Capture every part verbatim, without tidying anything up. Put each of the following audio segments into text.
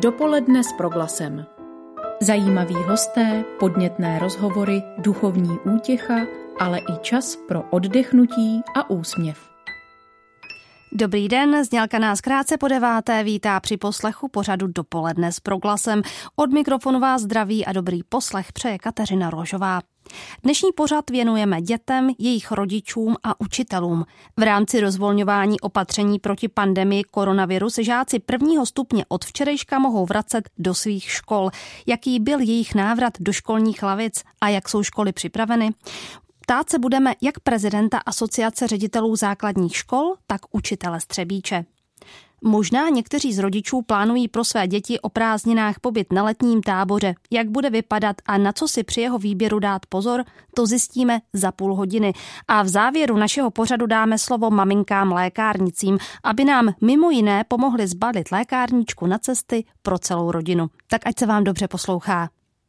Dopoledne s Proglasem. Zajímaví hosté, podnětné rozhovory, duchovní útěcha, ale i čas pro oddechnutí a úsměv. Dobrý den, znělka nás krátce po deváté vítá při poslechu pořadu Dopoledne s Proglasem. Od mikrofonu vás zdraví a dobrý poslech přeje Kateřina Rožová. Dnešní pořad věnujeme dětem, jejich rodičům a učitelům. V rámci rozvolňování opatření proti pandemii koronaviru se žáci prvního stupně od včerejška mohou vracet do svých škol. Jaký byl jejich návrat do školních lavic a jak jsou školy připraveny? Ptát se budeme jak prezidenta Asociace ředitelů základních škol, tak učitele z Třebíče. Možná někteří z rodičů plánují pro své děti o prázdninách pobyt na letním táboře. Jak bude vypadat a na co si při jeho výběru dát pozor, to zjistíme za půl hodiny. A v závěru našeho pořadu dáme slovo maminkám lékárnicím, aby nám mimo jiné pomohli zbalit lékárničku na cesty pro celou rodinu. Tak ať se vám dobře poslouchá.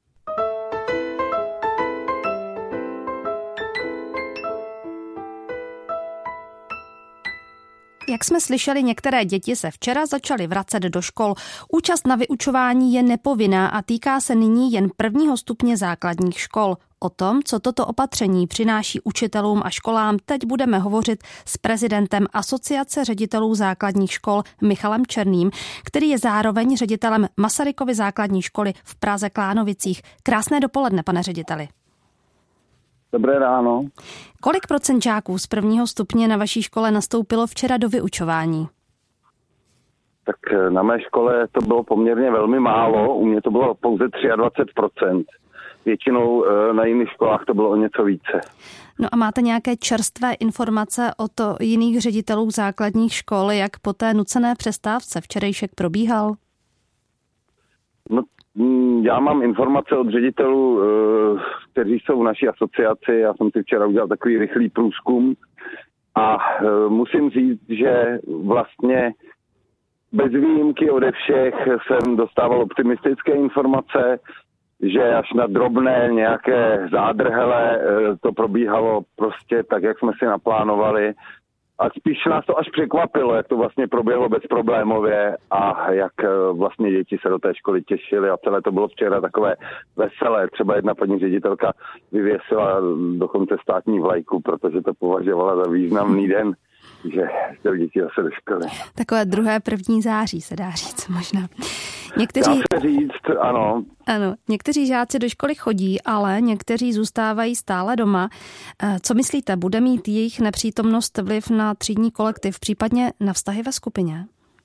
Jak jsme slyšeli, některé děti se včera začaly vracet do škol. Účast na vyučování je nepovinná a týká se nyní jen prvního stupně základních škol. O tom, co toto opatření přináší učitelům a školám, teď budeme hovořit s prezidentem Asociace ředitelů základních škol Michalem Černým, který je zároveň ředitelem Masarykovy základní školy v Praze Klánovicích. Krásné dopoledne, pane řediteli. Dobré ráno. Kolik procent žáků z prvního stupně na vaší škole nastoupilo včera do vyučování? Tak na mé škole to bylo poměrně velmi málo, u mě to bylo pouze dvacet tři procent. Většinou na jiných školách to bylo o něco více. No a máte nějaké čerstvé informace od jiných ředitelů základních škol, jak po té nucené přestávce včerejšek probíhal? No, já mám informace od ředitelů, kteří jsou v naší asociaci. Já jsem si včera udělal takový rychlý průzkum a musím říct, že vlastně bez výjimky ode všech jsem dostával optimistické informace, že až na drobné nějaké zádrhele to probíhalo prostě tak, jak jsme si naplánovali. A spíš nás to až překvapilo, jak to vlastně proběhlo bezproblémově a jak vlastně děti se do té školy těšily a celé to bylo včera takové veselé. Třeba jedna paní ředitelka vyvěsila dokonce státní vlajku, protože to považovala za významný den, že chtěli děti zase do školy. Takové druhé první září se dá říct možná. Někteří... Dá se říct, ano. Ano, někteří žáci do školy chodí, ale někteří zůstávají stále doma. Co myslíte, bude mít jejich nepřítomnost vliv na třídní kolektiv, případně na vztahy ve skupině?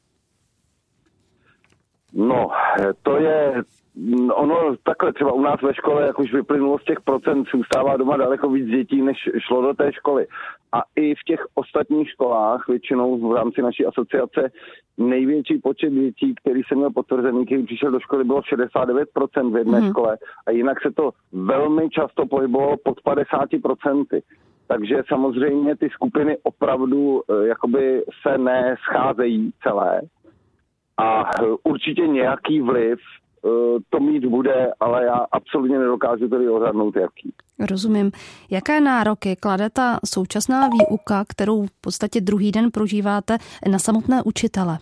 No, to je... Ono takhle třeba u nás ve škole, jak už vyplynulo z těch procent, zůstává doma daleko víc dětí, než šlo do té školy. A i v těch ostatních školách, většinou v rámci naší asociace, největší počet dětí, který jsem měl potvrzený, který přišel do školy, bylo šedesát devět procent v jedné mm. škole. A jinak se to velmi často pohybovalo pod padesát procent. Takže samozřejmě ty skupiny opravdu jakoby se nescházejí celé. A určitě nějaký vliv to mít bude, ale já absolutně nedokážu tady odhadnout, jaký. Rozumím. Jaké nároky klade ta současná výuka, kterou v podstatě druhý den prožíváte, na samotné učitele?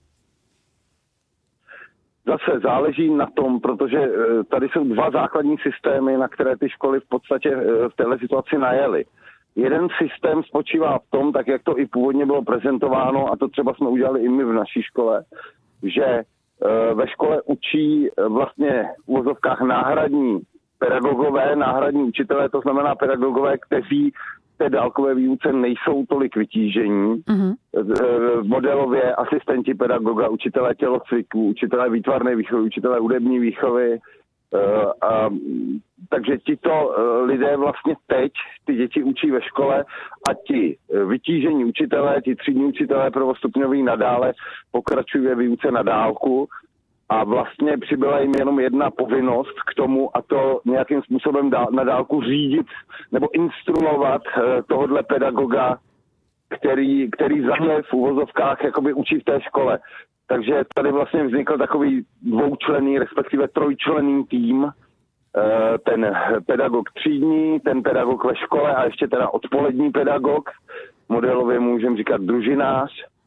Zase záleží na tom, protože tady jsou dva základní systémy, na které ty školy v podstatě v této situaci najely. Jeden systém spočívá v tom, tak jak to i původně bylo prezentováno, a to třeba jsme udělali i my v naší škole, že ve škole učí vlastně v uvozovkách náhradní pedagogové, náhradní učitelé, to znamená pedagogové, kteří v té dálkové výuce nejsou tolik vytížení. Uh-huh. Modelově asistenti pedagoga, učitelé tělocviku, učitelé výtvarné výchovy, učitelé hudební výchovy. A, takže tito lidé vlastně teď ty děti učí ve škole a ti vytížení učitelé, ti třídní učitelé prvostupňoví nadále pokračují ve výuce na dálku a vlastně přibyla jim jenom jedna povinnost k tomu, a to nějakým způsobem dá, na dálku řídit nebo instruovat tohodle pedagoga, který, který zase v uvozovkách jakoby učí v té škole. Takže tady vlastně vznikl takový dvoučlenný, respektive trojčlenný tým, ten pedagog třídní, ten pedagog ve škole a ještě teda odpolední pedagog, modelově můžeme říkat družinář.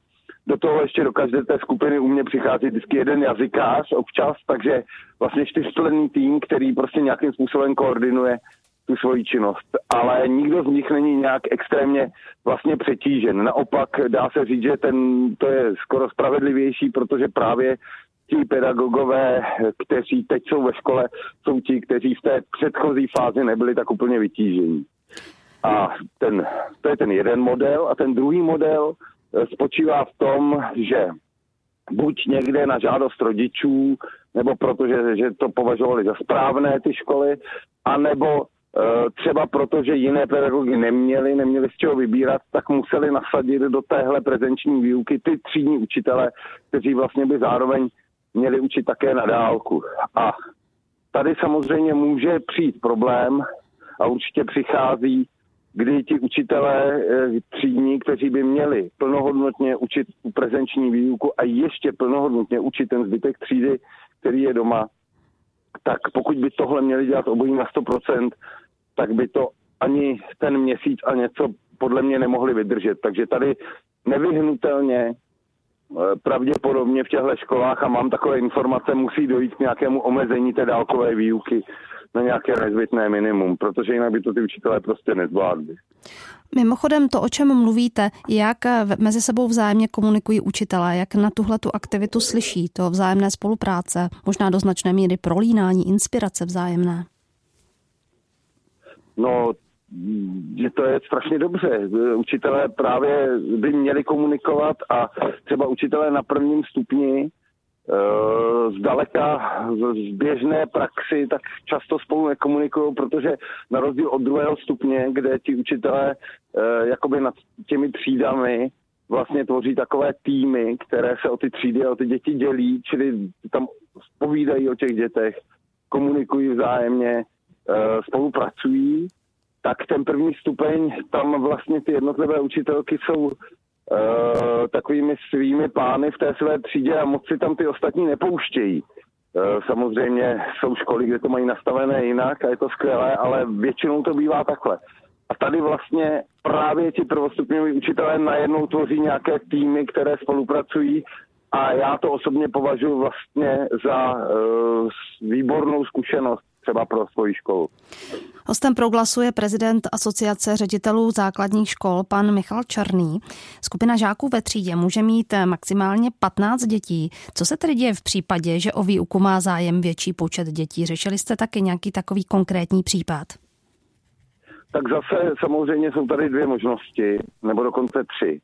do toho ještě do každé té skupiny u mě přichází vždycky jeden jazykář občas, takže vlastně čtyřčlenný tým, který prostě nějakým způsobem koordinuje tu svoji činnost. Ale nikdo z nich není nějak extrémně vlastně přetížen. Naopak dá se říct, že ten, to je skoro spravedlivější, protože právě ti pedagogové, kteří teď jsou ve škole, jsou ti, kteří v té předchozí fázi nebyli tak úplně vytížení. A ten, to je ten jeden model. A ten druhý model spočívá v tom, že buď někde na žádost rodičů, nebo protože že to považovali za správné ty školy, anebo třeba proto, že jiné pedagogy neměli, neměli z čeho vybírat, tak museli nasadit do téhle prezenční výuky ty třídní učitele, kteří vlastně by zároveň měli učit také na dálku. A tady samozřejmě může přijít problém a určitě přichází, kdy ti učitelé třídní, kteří by měli plnohodnotně učit tu prezenční výuku a ještě plnohodnotně učit ten zbytek třídy, který je doma, tak pokud by tohle měli dělat obojí na sto procent, tak by to ani ten měsíc a něco podle mě nemohli vydržet. Takže tady nevyhnutelně pravděpodobně v těchto školách, a mám takové informace, musí dojít k nějakému omezení té dálkové výuky na nějaké nezbytné minimum, protože jinak by to ty učitelé prostě nezvládli. Mimochodem to, o čem mluvíte, jak mezi sebou vzájemně komunikují učitelé, jak na tuhletu aktivitu slyší, to vzájemné spolupráce, možná do značné míry prolínání, inspirace vzájemné? No, že to je strašně dobře. Učitelé právě by měli komunikovat a třeba učitelé na prvním stupni zdaleka z běžné praxi tak často spolu nekomunikují, protože na rozdíl od druhého stupně, kde ti učitelé jakoby nad těmi třídami vlastně tvoří takové týmy, které se o ty třídy a o ty děti dělí, čili tam povídají o těch dětech, komunikují vzájemně, spolupracují, tak ten první stupeň, tam vlastně ty jednotlivé učitelky jsou Uh, takovými svými pány v té své třídě a moc si tam ty ostatní nepouštějí. Uh, samozřejmě jsou školy, kde to mají nastavené jinak a je to skvělé, ale většinou to bývá takhle. A tady vlastně právě ti prvostupňoví učitelé najednou tvoří nějaké týmy, které spolupracují a já to osobně považuji vlastně za uh, výbornou zkušenost třeba pro svoji školu. Hostem Proglasu je prezident Asociace ředitelů základních škol, pan Michal Černý. Skupina žáků ve třídě může mít maximálně patnáct dětí. Co se tedy děje v případě, že o výuku má zájem větší počet dětí? Řešili jste taky nějaký takový konkrétní případ? Tak zase samozřejmě jsou tady dvě možnosti, nebo dokonce tři.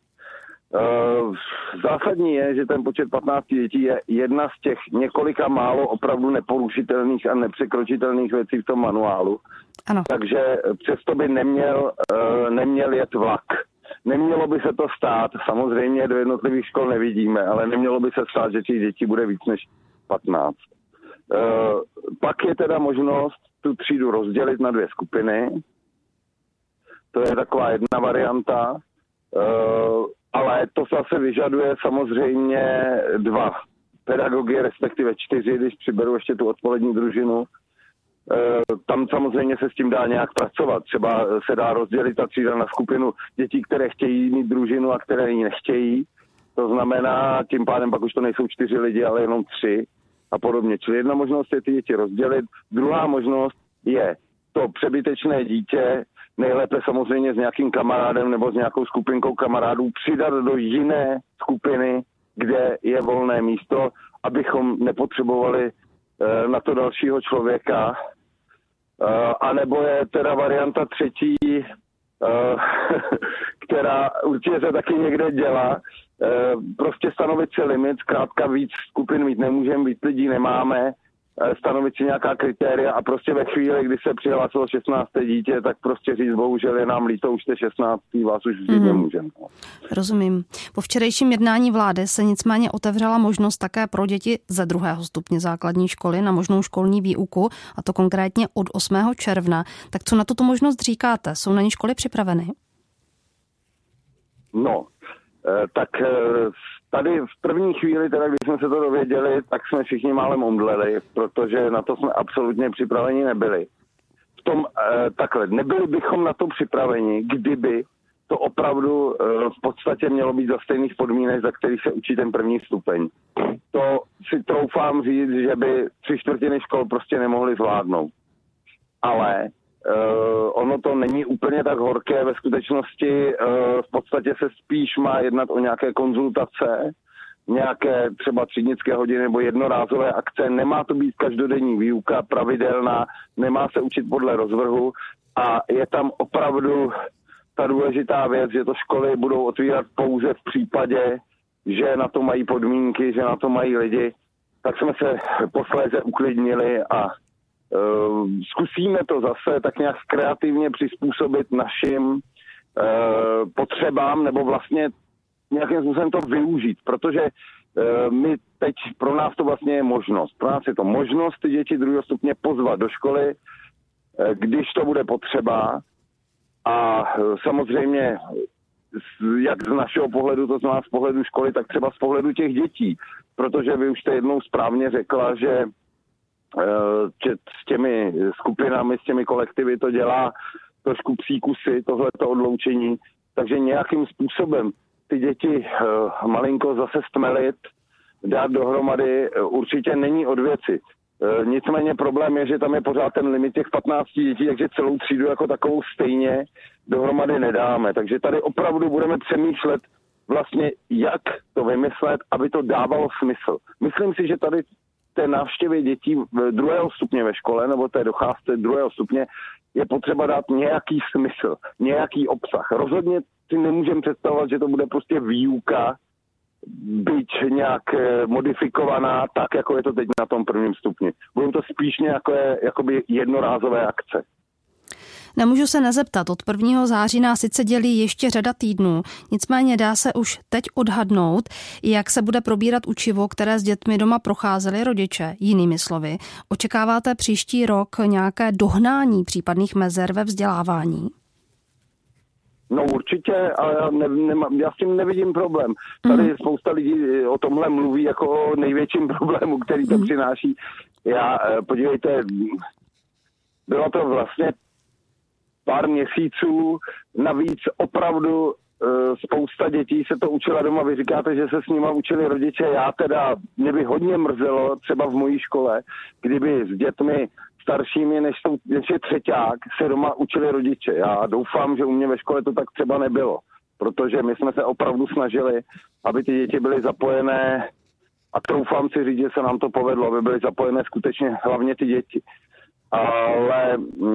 Zásadní je, že ten počet patnáct dětí je jedna z těch několika málo opravdu neporušitelných a nepřekročitelných věcí v tom manuálu. Ano. Takže přesto by neměl, neměl jet vlak. Nemělo by se to stát, samozřejmě do jednotlivých škol nevidíme, ale nemělo by se stát, že těch dětí bude víc než patnáct. Pak je teda možnost tu třídu rozdělit na dvě skupiny. To je taková jedna varianta. Ale to zase vyžaduje samozřejmě dva pedagogy, respektive čtyři, když přiberu ještě tu odpolední družinu. Tam samozřejmě se s tím dá nějak pracovat. Třeba se dá rozdělit ta třída na skupinu dětí, které chtějí mít družinu a které ji nechtějí. To znamená, tím pádem pak už to nejsou čtyři lidi, ale jenom tři a podobně. Čili jedna možnost je ty děti rozdělit. Druhá možnost je to přebytečné dítě, nejlépe samozřejmě s nějakým kamarádem nebo s nějakou skupinkou kamarádů, přidat do jiné skupiny, kde je volné místo, abychom nepotřebovali na to dalšího člověka. A nebo je teda varianta třetí, která určitě se taky někde dělá, prostě stanovit si limit, zkrátka víc skupin mít nemůžeme, víc lidí nemáme, stanovit si nějaká kritéria a prostě ve chvíli, kdy se přihlásilo šestnácté dítě, tak prostě říct, bohužel je nám líto, už jste šestnáctý, vás už vzít mm. nemůžeme. Rozumím. Po včerejším jednání vlády se nicméně otevřela možnost také pro děti ze druhého stupně základní školy na možnou školní výuku, a to konkrétně od osmého června. Tak co na tuto možnost říkáte? Jsou na ní školy připraveny? No, tak tady v první chvíli, teda, když jsme se to dověděli, tak jsme všichni málem omdleli, protože na to jsme absolutně připraveni nebyli. V tom takhle, nebyli bychom na to připraveni, kdyby to opravdu v podstatě mělo být za stejných podmínek, za kterých se učí ten první stupeň. To si troufám říct, že by tři čtvrtiny škol prostě nemohly zvládnout. Ale uh, ono to není úplně tak horké. Ve skutečnosti uh, v podstatě se spíš má jednat o nějaké konzultace, nějaké třeba třídnické hodiny nebo jednorázové akce. Nemá to být každodenní výuka pravidelná, nemá se učit podle rozvrhu a je tam opravdu ta důležitá věc, že to školy budou otvírat pouze v případě, že na to mají podmínky, že na to mají lidi. Tak jsme se posléze uklidnili a uh, zkusíme to zase tak nějak kreativně přizpůsobit našim uh, potřebám nebo vlastně nějakým způsobem to využít, protože uh, my teď, pro nás to vlastně je možnost. Pro nás je to možnost ty děti druhého stupně pozvat do školy, uh, když to bude potřeba. A uh, samozřejmě, jak z našeho pohledu, to znamená z pohledu školy, tak třeba z pohledu těch dětí. Protože vy už jste jednou správně řekla, že uh, s těmi skupinami, s těmi kolektivy to dělá trošku příkusy, tohleto odloučení. Takže nějakým způsobem ty děti uh, malinko zase stmelit, dát dohromady, uh, určitě není od věci. Uh, nicméně problém je, že tam je pořád ten limit těch patnácti dětí, takže celou třídu jako takovou stejně dohromady nedáme. Takže tady opravdu budeme přemýšlet vlastně, jak to vymyslet, aby to dávalo smysl. Myslím si, že tady té návštěvě dětí druhého stupně ve škole nebo té docházce druhého stupně je potřeba dát nějaký smysl, nějaký obsah. Rozhodně si nemůžeme představovat, že to bude prostě výuka, byť nějak modifikovaná, tak, jako je to teď na tom prvním stupni. Budou to spíš nějaké jakoby jednorázové akce. Nemůžu se nezeptat, od prvního září nás sice dělí ještě řada týdnů, nicméně dá se už teď odhadnout, jak se bude probírat učivo, které s dětmi doma procházeli rodiče. Jinými slovy, očekáváte příští rok nějaké dohnání případných mezer ve vzdělávání? No určitě, ale já, ne, ne, já s tím nevidím problém. Tady mm. spousta lidí o tomhle mluví jako o největším problému, který to mm. přináší. Já, podívejte, bylo to vlastně pár měsíců, navíc opravdu e, spousta dětí se to učila doma. Vy říkáte, že se s nima učili rodiče. Já teda, mě by hodně mrzelo, třeba v mojí škole, kdyby s dětmi staršími, než, jsou, než je třeťák, se doma učili rodiče. Já doufám, že u mě ve škole to tak třeba nebylo, protože my jsme se opravdu snažili, aby ty děti byly zapojené a troufám si říct, že se nám to povedlo, aby byly zapojené skutečně hlavně ty děti. Ale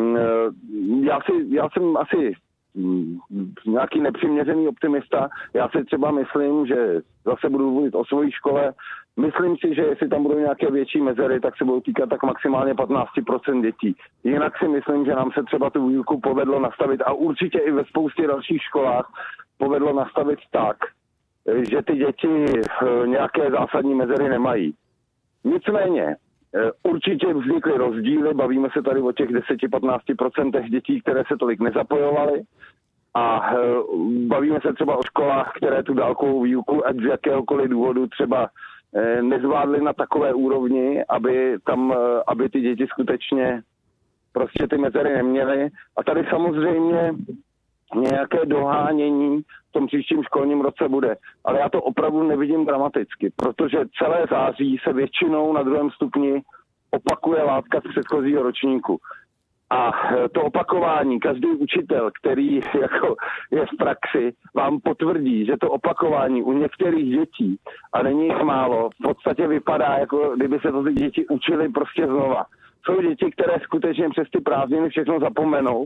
já, si, já jsem asi nějaký nepřiměřený optimista. Já si třeba myslím, že zase budu mluvit o své škole. Myslím si, že jestli tam budou nějaké větší mezery, tak se budou týkat tak maximálně patnáct procent dětí. Jinak si myslím, že nám se třeba tu výuku povedlo nastavit a určitě i ve spoustě dalších školách povedlo nastavit tak, že ty děti nějaké zásadní mezery nemají. Nicméně, určitě vznikly rozdíly, bavíme se tady o těch deset až patnáct procent dětí, které se tolik nezapojovaly a bavíme se třeba o školách, které tu dálkovou výuku, ať z jakéhokoliv důvodu třeba nezvládly na takové úrovni, aby tam, aby ty děti skutečně prostě ty mezery neměly. A tady samozřejmě nějaké dohánění v tom příštím školním roce bude. Ale já to opravdu nevidím dramaticky, protože celé září se většinou na druhém stupni opakuje látka z předchozího ročníku. A to opakování, každý učitel, který jako je v praxi, vám potvrdí, že to opakování u některých dětí, a není jich málo, v podstatě vypadá, jako kdyby se to ty děti učily prostě znova. Jsou děti, které skutečně přes ty prázdniny všechno zapomenou.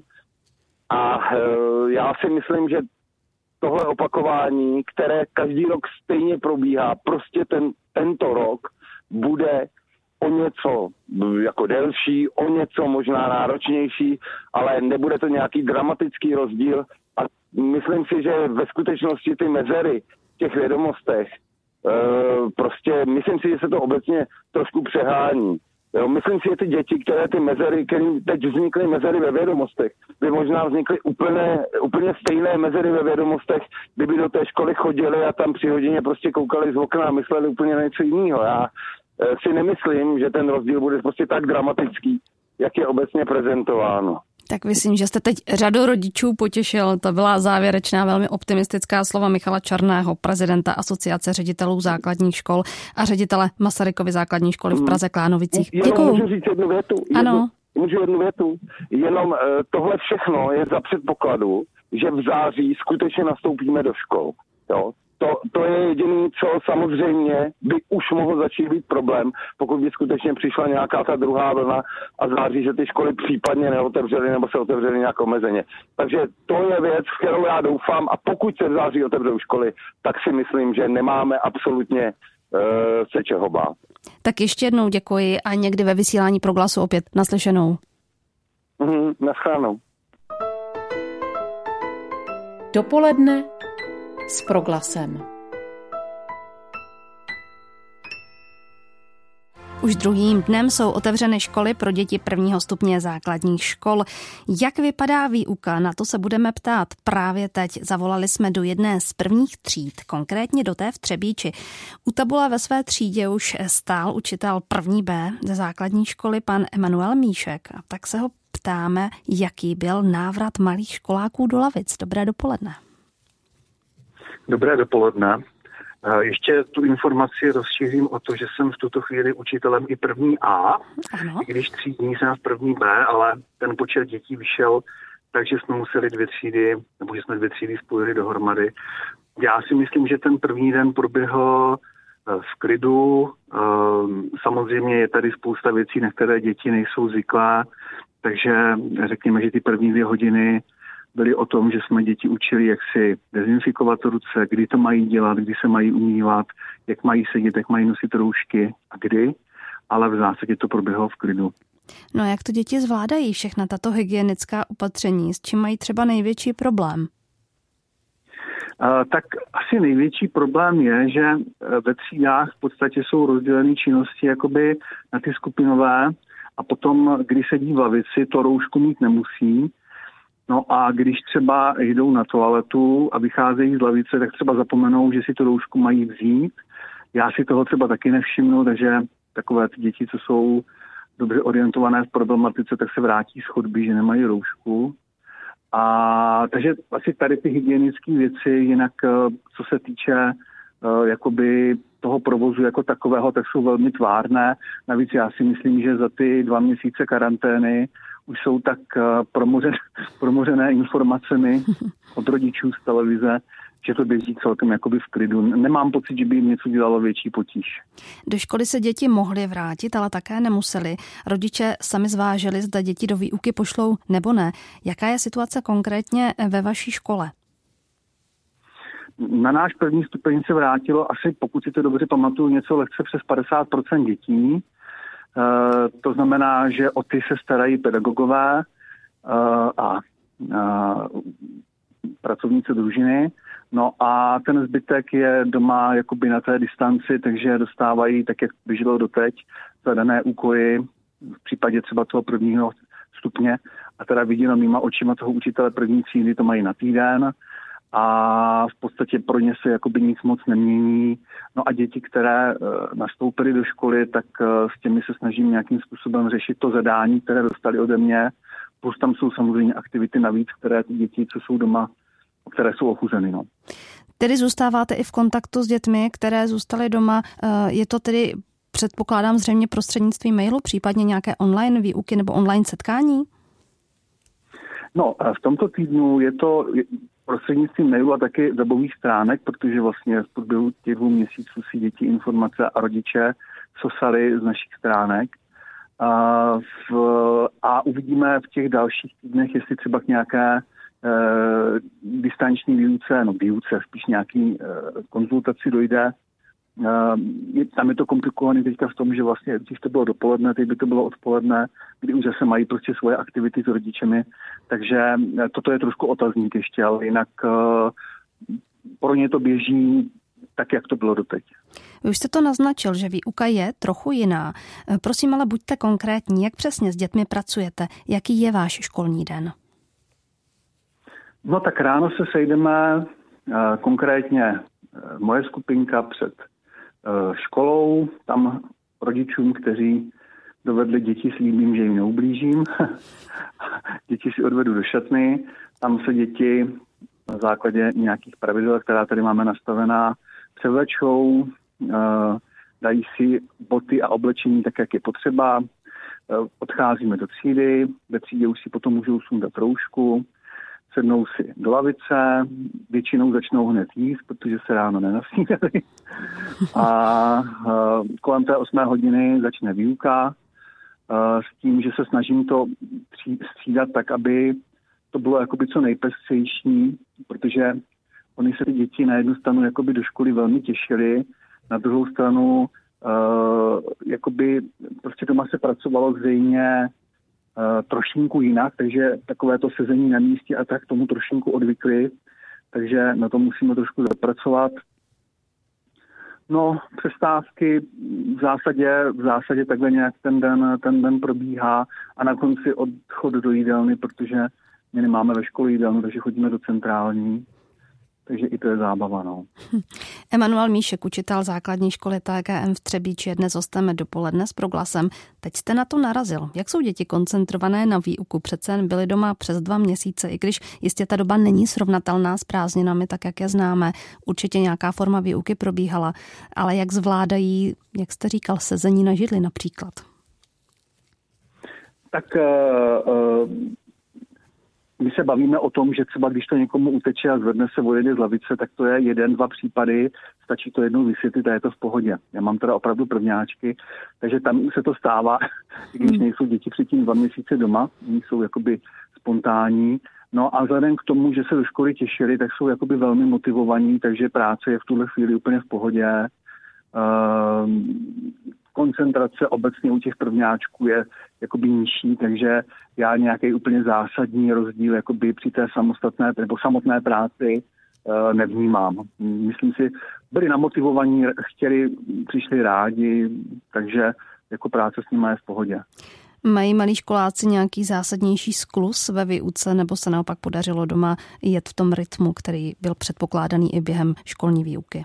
A e, já si myslím, že tohle opakování, které každý rok stejně probíhá, prostě ten, tento rok bude o něco jako delší, o něco možná náročnější, ale nebude to nějaký dramatický rozdíl. A myslím si, že ve skutečnosti ty mezery v těch vědomostech, e, prostě myslím si, že se to obecně trošku přehání. Jo, myslím si, že ty děti, které ty mezery, které teď vznikly mezery ve vědomostech, by možná vznikly úplně, úplně stejné mezery ve vědomostech, kdyby do té školy chodili a tam při hodině prostě koukali z okna a mysleli úplně na něco jiného. Já si nemyslím, že ten rozdíl bude prostě tak dramatický, jak je obecně prezentováno. Tak myslím, že jste teď řadu rodičů potěšil. To byla závěrečná velmi optimistická slova Michala Černého, prezidenta Asociace ředitelů základních škol a ředitele Masarykovy základní školy v Praze Klánovicích. Děkuju. Můžu říct jednu větu? Ano. Jednu, můžu jednu větu? Jenom tohle všechno je za předpokladu, že v září skutečně nastoupíme do škol. Jo? To, to je jediné, co samozřejmě by už mohl začít být problém, pokud by skutečně přišla nějaká ta druhá vlna a září, že ty školy případně neotevřely nebo se otevřely nějak omezeně. Takže to je věc, v kterou já doufám, a pokud se v září otevřou školy, tak si myslím, že nemáme absolutně uh, se čeho bát. Tak ještě jednou děkuji a někdy ve vysílání Proglasu opět naslyšenou. Mhm, naschledanou. Dopoledne s Proglasem. Už druhým dnem jsou otevřeny školy pro děti prvního stupně základních škol. Jak vypadá výuka? Na to se budeme ptát právě teď. Zavolali jsme do jedné z prvních tříd, konkrétně do té v Třebíči. U tabule ve své třídě už stál učitel první B ze základní školy, pan Emanuel Míšek. A tak se ho ptáme, jaký byl návrat malých školáků do lavic. Dobré dopoledne. Dobré dopoledne. Ještě tu informaci rozšířím o to, že jsem v tuto chvíli učitelem i první A, ano. I když třídní jsem v první B, ale ten počet dětí vyšel, takže jsme museli dvě třídy, nebo že jsme dvě třídy spojili dohromady. Já si myslím, že ten první den proběhl v klidu. Samozřejmě je tady spousta věcí, na které děti nejsou zvyklé, takže řekněme, že ty první dvě hodiny byly o tom, že jsme děti učili, jak si dezinfikovat ruce, kdy to mají dělat, kdy se mají umývat, jak mají sedět, jak mají nosit roušky a kdy, ale v zásadě to proběhlo v klidu. No a jak to děti zvládají všechna tato hygienická opatření? S čím mají třeba největší problém? Uh, tak asi největší problém je, že ve třídách v podstatě jsou rozděleny činnosti jakoby na ty skupinové a potom, když sedí v lavici, to roušku mít nemusí. No a když třeba jdou na toaletu a vycházejí z lavice, tak třeba zapomenou, že si tu roušku mají vzít. Já si toho třeba taky nevšimnu, takže takové ty děti, co jsou dobře orientované v problematice, tak se vrátí z chodby, že nemají roušku. A takže asi tady ty hygienické věci, jinak co se týče uh, jakoby toho provozu jako takového, tak jsou velmi tvárné. Navíc já si myslím, že za ty dva měsíce karantény už jsou tak promořené, promořené informacemi od rodičů z televize, že to běží celkem jakoby v klidu. Nemám pocit, že by jim něco dělalo větší potíž. Do školy se děti mohly vrátit, ale také nemuseli. Rodiče sami zvážili, zda děti do výuky pošlou nebo ne. Jaká je situace konkrétně ve vaší škole? Na náš první stupeň se vrátilo asi, pokud si to dobře pamatuju, něco lehce přes padesát procent dětí. Uh, to znamená, že o ty se starají pedagogové uh, a uh, pracovníci družiny. No a ten zbytek je doma jakoby na té distanci, takže dostávají, tak jak běželo doteď, zadané úkoly v případě třeba toho prvního stupně. A teda viděno mýma očima toho učitele první třídy, to mají na týden. A v podstatě pro ně se jakoby nic moc nemění. No a děti, které nastoupily do školy, tak s těmi se snažím nějakým způsobem řešit to zadání, které dostali ode mě. Plus tam jsou samozřejmě aktivity navíc, které ty děti, co jsou doma, které jsou ochuzeny. No. Tedy zůstáváte i v kontaktu s dětmi, které zůstaly doma. Je to tedy, předpokládám, zřejmě prostřednictvím mailu, případně nějaké online výuky nebo online setkání? No, v tomto týdnu je to prostřednictvím mailu a taky webových stránek, protože vlastně v průběhu těch dvou měsíců si děti informace a rodiče sosali z našich stránek. A, v, a uvidíme v těch dalších týdnech, jestli třeba k nějaké e, distanční výuce, no výuce, spíš nějaký e, konzultaci dojde. E, tam je to komplikované teďka v tom, že vlastně dřív to bylo dopoledne, teď by to bylo odpoledne, kdy už zase mají prostě svoje aktivity s rodičemi, takže toto je trošku otazník ještě, ale jinak e, pro ně to běží tak, jak to bylo doteď. Vy už jste to naznačil, že výuka je trochu jiná. Prosím, ale buďte konkrétní, jak přesně s dětmi pracujete, jaký je váš školní den? No tak ráno se sejdeme konkrétně moje skupinka před školou, tam rodičům, kteří dovedli děti, slíbím, že jim neublížím. Děti si odvedu do šatny, tam se děti na základě nějakých pravidel, která tady máme nastavená, převlečou, dají si boty a oblečení tak, jak je potřeba, odcházíme do třídy, ve třídě už si potom můžou sundat roušku, sednou si do lavice, většinou začnou hned jíst, protože se ráno nenasnídali. A uh, kolem té osmé hodiny začne výuka uh, s tím, že se snažím to střídat tak, aby to bylo jakoby co nejpestřejší, protože oni se ty děti na jednu stranu jakoby do školy velmi těšili, na druhou stranu uh, jakoby prostě doma se pracovalo zřejmě uh, trošinku jinak, takže takové to sezení na místě a tak tomu trošinku odvykli, takže na to musíme trošku zapracovat. No, přestávky v zásadě, v zásadě takhle nějak ten den, ten den probíhá a na konci odchod do jídelny, protože my nemáme ve škole jídelnu, takže chodíme do centrální. Takže i to je zábava, no. Emanuel Míšek, učitel základní školy T G M v Třebíči, je dnes hostem Dopoledne s Proglasem. Teď jste na to narazil. Jak jsou děti koncentrované na výuku? Přece jen byly doma přes dva měsíce, i když jistě ta doba není srovnatelná s prázdninami, tak jak je známe. Určitě nějaká forma výuky probíhala, ale jak zvládají, jak jste říkal, sezení na židli například? Tak uh, uh... my se bavíme o tom, že třeba když to někomu uteče a zvedne se, odjede z lavice, tak to je jeden, dva případy, stačí to jednou vysvětlit a je to v pohodě. Já mám teda opravdu prvňáčky, takže tam se to stává, když nejsou děti předtím dva měsíce doma, oni jsou jakoby spontánní. No a vzhledem k tomu, že se do školy těšili, tak jsou jakoby velmi motivovaní, takže práce je v tuhle chvíli úplně v pohodě. Um, koncentrace obecně u těch prvňáčků je jakoby nižší, takže já nějaký úplně zásadní rozdíl jakoby při té samostatné nebo samotné práci uh, nevnímám. Myslím si, byli namotivovaní, chtěli, přišli rádi, takže jako práce s nimi je v pohodě. Mají malí školáci nějaký zásadnější skluz ve výuce, nebo se naopak podařilo doma jet v tom rytmu, který byl předpokládaný i během školní výuky?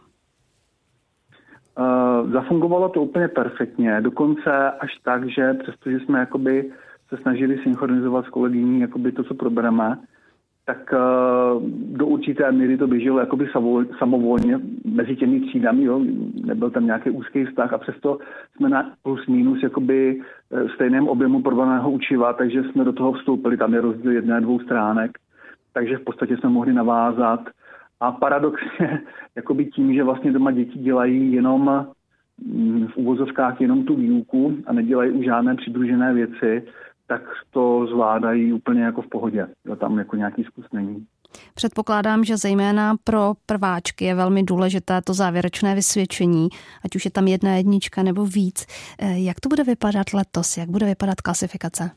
Uh, zafungovalo to úplně perfektně, dokonce až tak, že přestože jsme jakoby se snažili synchronizovat s kolegyní jakoby to, co probereme, tak uh, do určité míry to běželo jakoby samovolně mezi těmi třídami, jo? Nebyl tam nějaký úzký vztah a přesto jsme na plus minus jakoby stejném objemu probraného učiva, takže jsme do toho vstoupili, tam je rozdíl jedné, dvou stránek, takže v podstatě jsme mohli navázat. A paradoxně, jakoby tím, že vlastně doma děti dělají jenom v uvozovkách jenom tu výuku a nedělají už žádné přidružené věci, tak to zvládají úplně jako v pohodě. Tam jako nějaký zkus není. Předpokládám, že zejména pro prváčky je velmi důležité to závěrečné vysvědčení, ať už je tam jedna jednička nebo víc. Jak to bude vypadat letos? Jak bude vypadat klasifikace?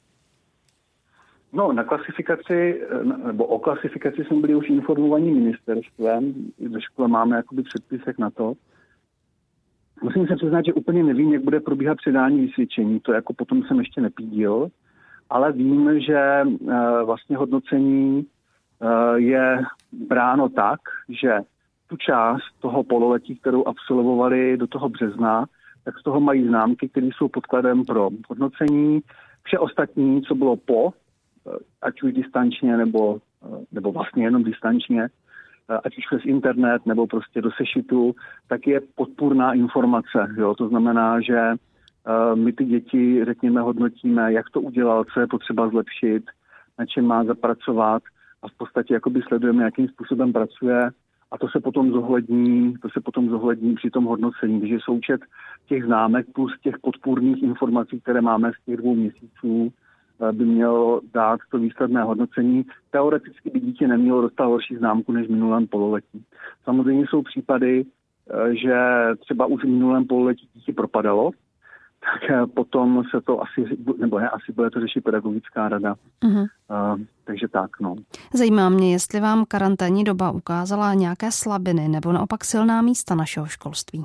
No, na klasifikaci, nebo o klasifikaci jsme byli už informovaní ministerstvem. Ve škole máme jakoby předpisek na to. Musím se přiznat, že úplně nevím, jak bude probíhat předání vysvědčení. To jako potom jsem ještě nepídil. Ale vím, že uh, vlastně hodnocení uh, je bráno tak, že tu část toho pololetí, kterou absolvovali do toho března, tak z toho mají známky, které jsou podkladem pro hodnocení. Vše ostatní, co bylo po, ať už distančně, nebo, nebo vlastně jenom distančně, ať už přes internet, nebo prostě do sešitu, tak je podpůrná informace. Jo? To znamená, že uh, my ty děti, řekněme, hodnotíme, jak to udělal, co je potřeba zlepšit, na čem má zapracovat a v podstatě jakoby sledujeme, jakým způsobem pracuje a to se potom zohlední, to se potom zohlední při tom hodnocení, když je součet těch známek plus těch podpůrných informací, které máme z těch dvou měsíců, by mělo dát to výsledné hodnocení. Teoreticky by dítě nemělo dostat horší známku než v minulém pololetí. Samozřejmě jsou případy, že třeba už v minulém pololetí dítě propadalo, tak potom se to asi, nebo ne, asi bude to řešit pedagogická rada. Uh-huh. Uh, takže tak, no. Zajímá mě, jestli vám karanténní doba ukázala nějaké slabiny nebo naopak silná místa našeho školství.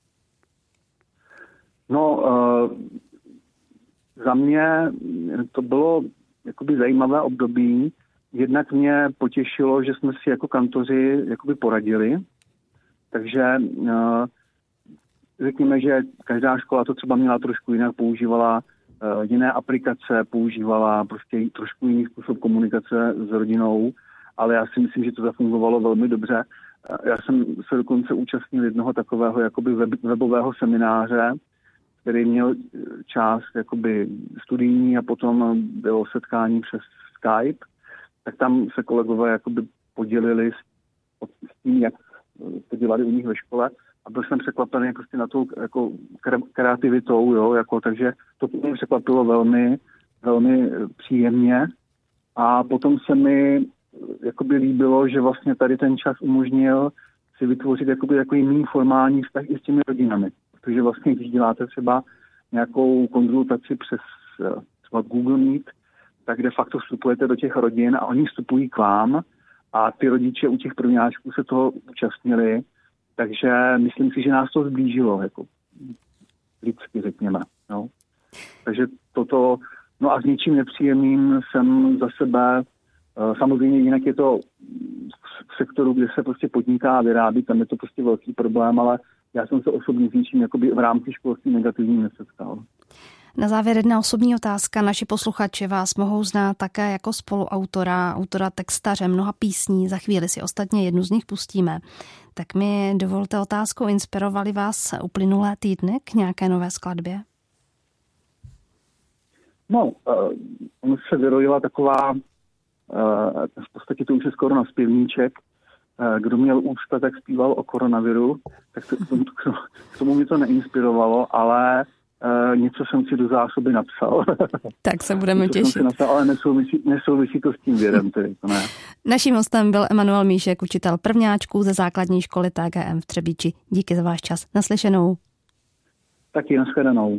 No, uh, za mě to bylo jakoby zajímavé období. Jednak mě potěšilo, že jsme si jako kantoři jakoby poradili. Takže uh, řekněme, že každá škola to třeba měla trošku jinak, používala uh, jiné aplikace, používala prostě trošku jiný způsob komunikace s rodinou, ale já si myslím, že to zafungovalo velmi dobře. Uh, já jsem se dokonce účastnil jednoho takového jakoby web, webového semináře, který měl část jakoby studijní a potom bylo setkání přes Skype, tak tam se kolegové jakoby podělili s, s tím, jak to dělali u nich ve škole a byl jsem překvapený prostě na tou jako kreativitou, jo, jako, takže to mě překvapilo velmi, velmi příjemně a potom se mi jakoby líbilo, že vlastně tady ten čas umožnil si vytvořit jakoby takový méně formální vztah i s těmi rodinami. Protože vlastně, když děláte třeba nějakou konzultaci přes třeba Google Meet, tak de facto vstupujete do těch rodin a oni vstupují k vám a ty rodiče u těch prvňáčků se toho účastnili, takže myslím si, že nás to zblížilo, jako lidsky řekněme. No. Takže toto, no a s ničím nepříjemným jsem za sebe, samozřejmě jinak je to v sektoru, kde se prostě podniká a vyrábí, tam je to prostě velký problém, ale já jsem se osobně s ničím jakoby v rámci školství negativním nesetkal. Na závěr jedna osobní otázka. Naši posluchači vás mohou znát také jako spoluautora, autora textaře mnoha písní. Za chvíli si ostatně jednu z nich pustíme. Tak mi dovolte otázku, inspirovali vás uplynulé týdny k nějaké nové skladbě? No, uh, se vyrojila taková, uh, v podstatě to už je skoro na zpěvníček, uh, kdo měl ústa, tak zpíval o koronaviru, tak to, k, tomu, k tomu mi to neinspirovalo, ale Uh, něco jsem si do zásoby napsal. Tak se budeme těšit. Napsal, ale nesouvisí, nesouvisí to s tím věrem. Tedy, to ne. Naším hostem byl Emanuel Míšek, učitel prvňáčků ze základní školy T G M v Třebíči. Díky za váš čas. Naslyšenou. Taky nashledanou.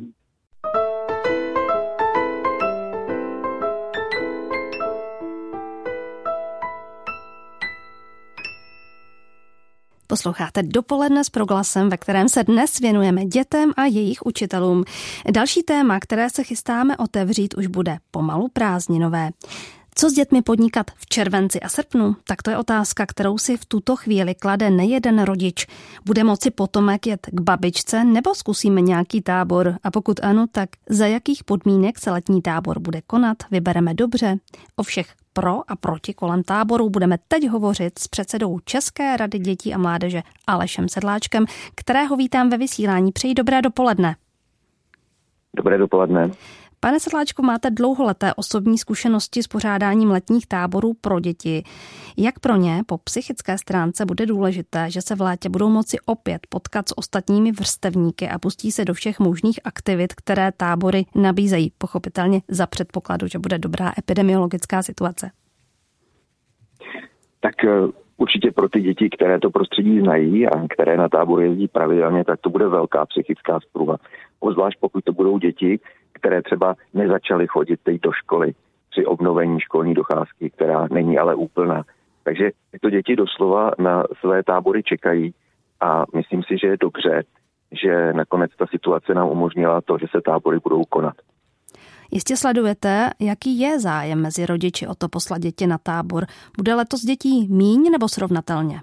Posloucháte Dopoledne s Proglasem, ve kterém se dnes věnujeme dětem a jejich učitelům. Další téma, které se chystáme otevřít, už bude pomalu prázdninové. Co s dětmi podnikat v červenci a srpnu? Tak to je otázka, kterou si v tuto chvíli klade nejeden rodič. Bude moci potomek jet k babičce nebo zkusíme nějaký tábor? A pokud ano, tak za jakých podmínek se letní tábor bude konat? Vybereme dobře. O všech pro a proti kolem táboru budeme teď hovořit s předsedou České rady dětí a mládeže Alešem Sedláčkem, kterého vítám ve vysílání. Přeji dobré dopoledne. Dobré dopoledne. Pane Sedláčku, máte dlouholeté osobní zkušenosti s pořádáním letních táborů pro děti. Jak pro ně po psychické stránce bude důležité, že se v létě budou moci opět potkat s ostatními vrstevníky a pustí se do všech možných aktivit, které tábory nabízejí, pochopitelně za předpokladu, že bude dobrá epidemiologická situace? Tak určitě pro ty děti, které to prostředí znají a které na tábor jezdí pravidelně, tak to bude velká psychická zprůva. Obzvlášť pokud to budou děti, které třeba nezačaly chodit teď do školy při obnovení školní docházky, která není ale úplná. Takže tyto děti doslova na své tábory čekají a myslím si, že je dobře, že nakonec ta situace nám umožnila to, že se tábory budou konat. Jistě sledujete, jaký je zájem mezi rodiči o to poslat děti na tábor. Bude letos dětí míň nebo srovnatelně?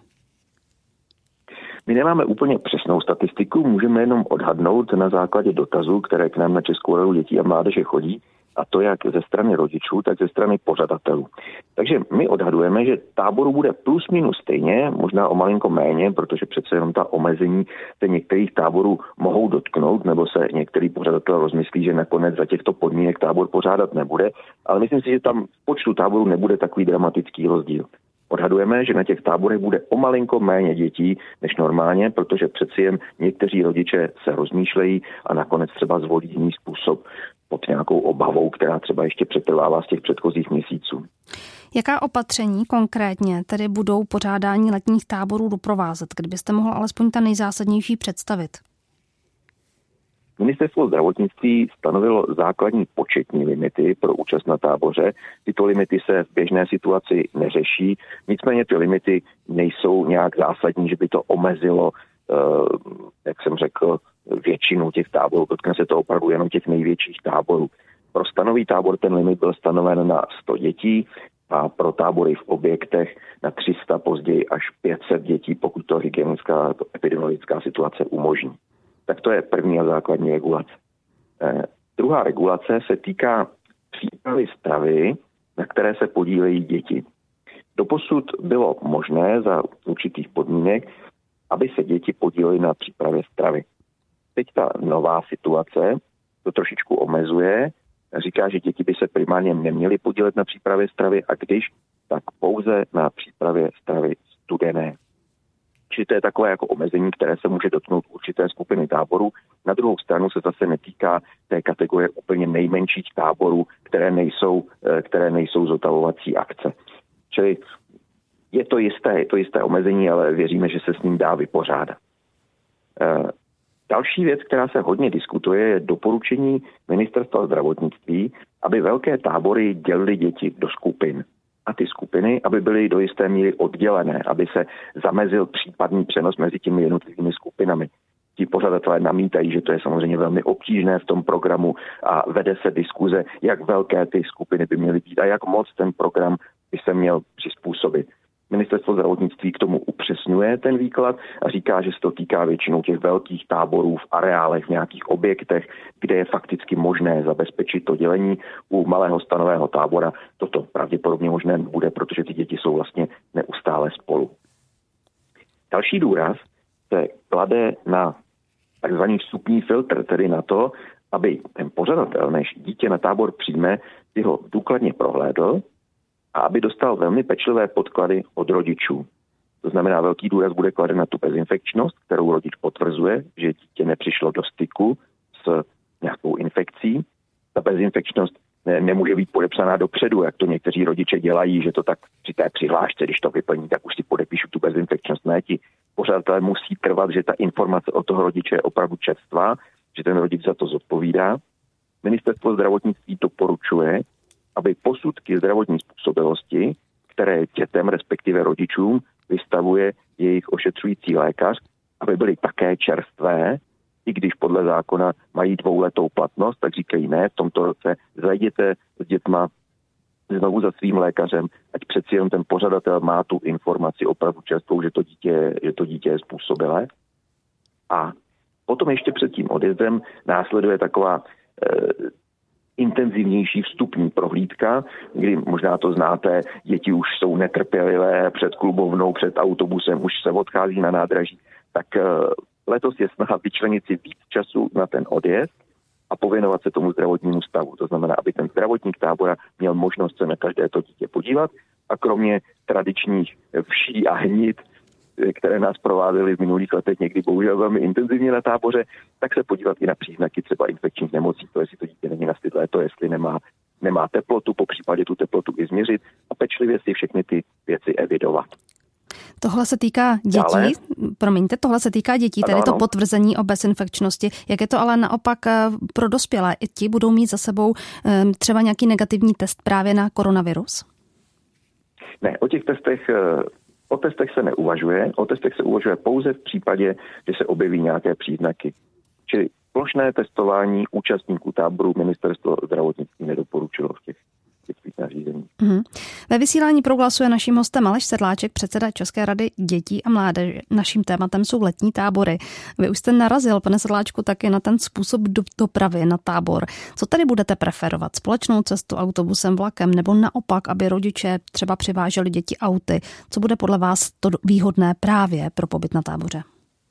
My nemáme úplně přesnou statistiku, můžeme jenom odhadnout na základě dotazů, které k nám na Českou radu dětí a mládeže chodí, a to jak ze strany rodičů, tak ze strany pořadatelů. Takže my odhadujeme, že táboru bude plus minus stejně, možná o malinko méně, protože přece jenom ta omezení se některých táborů mohou dotknout, nebo se některý pořadatel rozmyslí, že nakonec za těchto podmínek tábor pořádat nebude, ale myslím si, že tam v počtu táborů nebude takový dramatický rozdíl. Odhadujeme, že na těch táborech bude o malinko méně dětí než normálně, protože přeci jen někteří rodiče se rozmýšlejí a nakonec třeba zvolí jiný způsob pod nějakou obavou, která třeba ještě přetrvává z těch předchozích měsíců. Jaká opatření konkrétně tedy budou pořádání letních táborů doprovázet? Kdybyste mohl alespoň ta nejzásadnější představit? Ministerstvo zdravotnictví stanovilo základní početní limity pro účast na táboře. Tyto limity se v běžné situaci neřeší, nicméně ty limity nejsou nějak zásadní, že by to omezilo, jak jsem řekl, většinu těch táborů. Dotkne se to opravdu jenom těch největších táborů. Pro stanový tábor ten limit byl stanoven na sto dětí a pro tábory v objektech na tři sta, později až pět set dětí, pokud to hygienická, to epidemiologická situace umožní. Tak to je první a základní regulace. Eh, druhá regulace se týká přípravy stravy, na které se podílejí děti. Doposud bylo možné za určitých podmínek, aby se děti podílely na přípravě stravy. Teď ta nová situace to trošičku omezuje, říká, že děti by se primárně neměly podílet na přípravě stravy a když, tak pouze na přípravě stravy studené. Čili to je takové jako omezení, které se může dotknout určité skupiny táborů. Na druhou stranu se zase netýká té kategorie úplně nejmenších táborů, které nejsou, které nejsou zotavovací akce. Čili je to jisté, je to jisté omezení, ale věříme, že se s ním dá vypořádat. Další věc, která se hodně diskutuje, je doporučení Ministerstva zdravotnictví, aby velké tábory dělily děti do skupin. A ty skupiny, aby byly do jisté míry oddělené, aby se zamezil případný přenos mezi těmi jednotlivými skupinami. Ti pořadatelé namítají, že to je samozřejmě velmi obtížné v tom programu a vede se diskuze, jak velké ty skupiny by měly být a jak moc ten program by se měl přizpůsobit. Ministerstvo zdravotnictví k tomu upřesňuje ten výklad a říká, že se to týká většinou těch velkých táborů v areálech, v nějakých objektech, kde je fakticky možné zabezpečit to dělení. U malého stanového tábora toto pravděpodobně možné bude, protože ty děti jsou vlastně neustále spolu. Další důraz se klade na takzvaný vstupní filtr, tedy na to, aby ten pořadatel, než dítě na tábor přijme, si ho důkladně prohlédl a aby dostal velmi pečlivé podklady od rodičů. To znamená, velký důraz bude kladen na tu bezinfekčnost, kterou rodič potvrzuje, že dítě nepřišlo do styku s nějakou infekcí. Ta bezinfekčnost ne, nemůže být podepsaná dopředu, jak to někteří rodiče dělají, že to tak při té přihlášce, když to vyplní, tak už si podepíšu tu bezinfekčnost. Ne, ti pořadatelé musí trvat, že ta informace od toho rodiče je opravdu čerstvá, že ten rodič za to zodpovídá. Ministerstvo zdravotnictví doporučuje, aby posudky zdravotní způsobilosti, které dětem, respektive rodičům, vystavuje jejich ošetřující lékař, aby byly také čerstvé, i když podle zákona mají dvouletou platnost, tak říkají ne, v tomto roce zajděte s dětma znovu za svým lékařem, ať přeci jen ten pořadatel má tu informaci opravdu čerstvou, že to dítě, že to dítě je způsobilé. A potom ještě před tím odjezdem následuje taková e, intenzivnější vstupní prohlídka, kdy možná to znáte, děti už jsou netrpělivé před klubovnou, před autobusem, už se odchází na nádraží, tak letos je snaha vyčlenit si víc času na ten odjezd a pověnovat se tomu zdravotnímu stavu. To znamená, aby ten zdravotník tábora měl možnost se na každé to dítě podívat a kromě tradičních vší a hnid, které nás provázely v minulých letech někdy bohužel velmi intenzivně na táboře, tak se podívat i na příznaky třeba infekčních nemocí, to jestli to dítě není nastydlé, to jestli nemá, nemá teplotu, po případě tu teplotu i změřit a pečlivě si všechny ty věci evidovat. Tohle se týká dětí, Dále. promiňte, tohle se týká dětí, tedy to potvrzení o bezinfekčnosti. Jak je to ale naopak pro dospělé? I ti budou mít za sebou třeba nějaký negativní test právě na koronavirus? Ne, o těch testech O testech se neuvažuje, o testech se uvažuje pouze v případě, že se objeví nějaké příznaky. Čili plošné testování účastníků táboru Ministerstvo zdravotnictví nedoporučilo v těch, těch nařízení. Mm. Ve vysílání Proglasu je naším hostem Aleš Sedláček, předseda České rady dětí a mládeže. Naším tématem jsou letní tábory. Vy už jste narazil, pane Sedláčku, taky na ten způsob dopravy na tábor. Co tady budete preferovat? Společnou cestu, autobusem, vlakem nebo naopak, aby rodiče třeba přiváželi děti auty? Co bude podle vás to výhodné právě pro pobyt na táboře?